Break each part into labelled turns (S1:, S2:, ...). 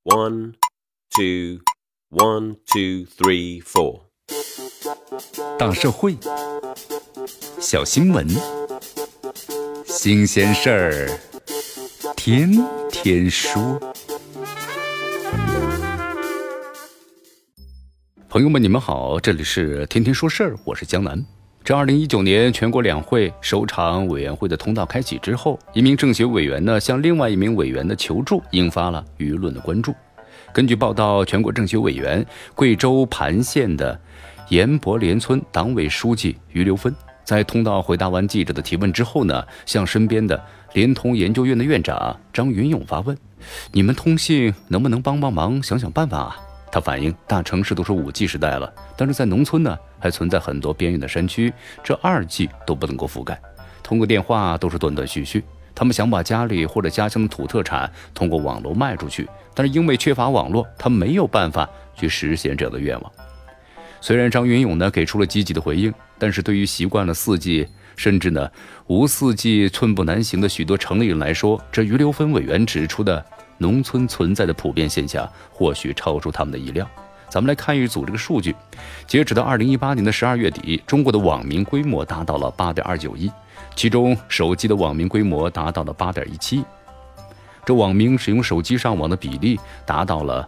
S1: 1, 2, 1, 2, 3, 4。
S2: 大社会，小新闻，新鲜事儿，天天说。朋友们，你们好，这里是天天说事儿，我是江南。这2019年全国两会首场委员会的通道开启之后，一名政协委员呢向另外一名委员的求助，引发了舆论的关注。根据报道，全国政协委员、贵州盘县的盐伯连村党委书记于留芬在通道回答完记者的提问之后呢，向身边的联通研究院的院长张云勇发问：你们通信能不能帮忙想想办法啊？他反映，大城市都是5G 时代了，但是在农村呢，还存在很多边远的山区，这2G 都不能够覆盖，通过电话都是断断续续。他们想把家里或者家乡的土特产通过网络卖出去，但是因为缺乏网络，他没有办法去实现这样的愿望。虽然张云勇呢给出了积极的回应，但是对于习惯了4G，甚至呢无4G寸步难行的许多城里人来说，这于留芬委员指出的农村存在的普遍现象，或许超出他们的意料。咱们来看一组这个数据，截止到2018年的12月底，中国的网民规模达到了8.29亿，其中手机的网民规模达到了8.17亿。这网民使用手机上网的比例达到了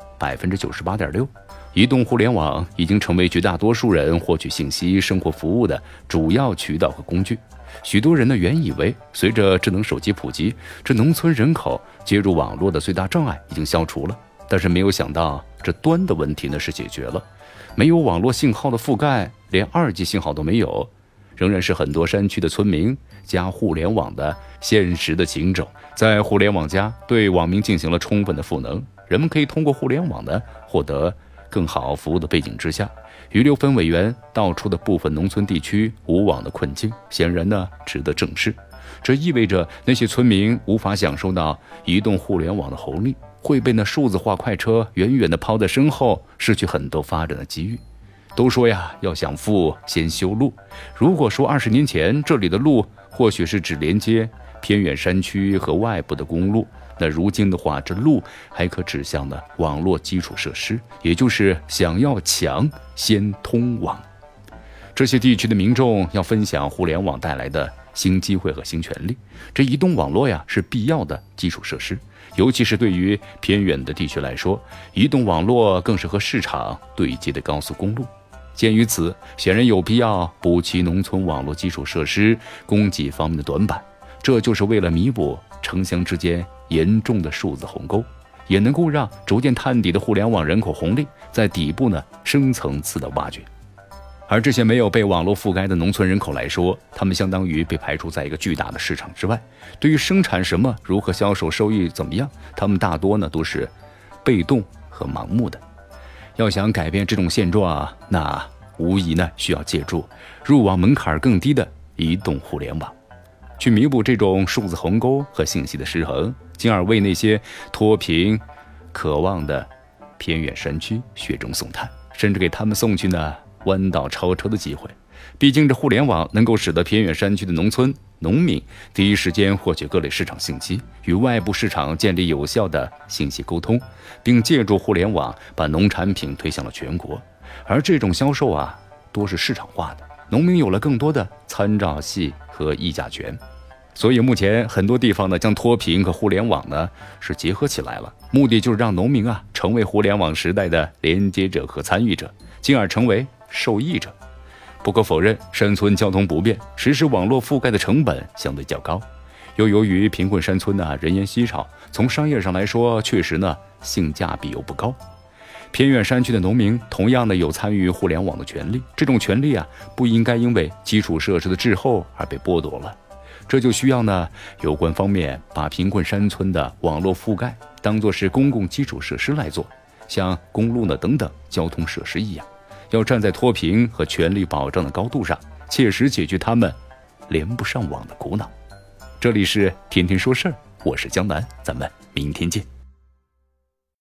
S2: 98.6%。移动互联网已经成为绝大多数人获取信息、生活服务的主要渠道和工具。许多人呢原以为随着智能手机普及，这农村人口接入网络的最大障碍已经消除了，但是没有想到这端的问题呢是解决了。没有网络信号的覆盖，连2G 信号都没有，仍然是很多山区的村民加互联网的现实的情种。在互联网加对网民进行了充分的赋能，人们可以通过互联网呢获得更好服务的背景之下，于留芬委员道出的部分农村地区无网的困境，显然呢值得正视。这意味着那些村民无法享受到移动互联网的红利，会被那数字化快车远远地抛在身后，失去很多发展的机遇。都说呀，要想富先修路。如果说20年前这里的路或许是只连接偏远山区和外部的公路，那如今的话，这路还可指向的网络基础设施，也就是想要强先通网。这些地区的民众要分享互联网带来的新机会和新权利，这移动网络呀是必要的基础设施，尤其是对于偏远的地区来说，移动网络更是和市场对接的高速公路。鉴于此，显然有必要补齐农村网络基础设施供给方面的短板，这就是为了弥补城乡之间严重的数字鸿沟，也能够让逐渐探底的互联网人口红利在底部呢深层次的挖掘。而这些没有被网络覆盖的农村人口来说，他们相当于被排除在一个巨大的市场之外，对于生产什么、如何销售、收益怎么样，他们大多呢都是被动和盲目的。要想改变这种现状，那无疑呢需要借助入网门槛更低的移动互联网，去弥补这种数字鸿沟和信息的失衡，进而为那些脱贫渴望的偏远山区雪中送炭，甚至给他们送去呢弯道超车的机会。毕竟这互联网能够使得偏远山区的农村农民第一时间获取各类市场信息，与外部市场建立有效的信息沟通，并借助互联网把农产品推向了全国。而这种销售多是市场化的，农民有了更多的参照系和议价权。所以目前很多地方呢将脱贫和互联网呢是结合起来了，目的就是让农民成为互联网时代的连接者和参与者，进而成为受益者。不可否认，山村交通不便，实施网络覆盖的成本相对较高，又由于贫困山村人烟稀少，从商业上来说确实呢性价比又不高。偏远山区的农民同样的有参与互联网的权利，这种权利不应该因为基础设施的滞后而被剥夺了。这就需要呢有关方面把贫困山村的网络覆盖当作是公共基础设施来做，像公路呢等等交通设施一样，要站在脱贫和权利保障的高度上，切实解决他们连不上网的苦恼。这里是天天说事儿，我是江南，咱们明天见。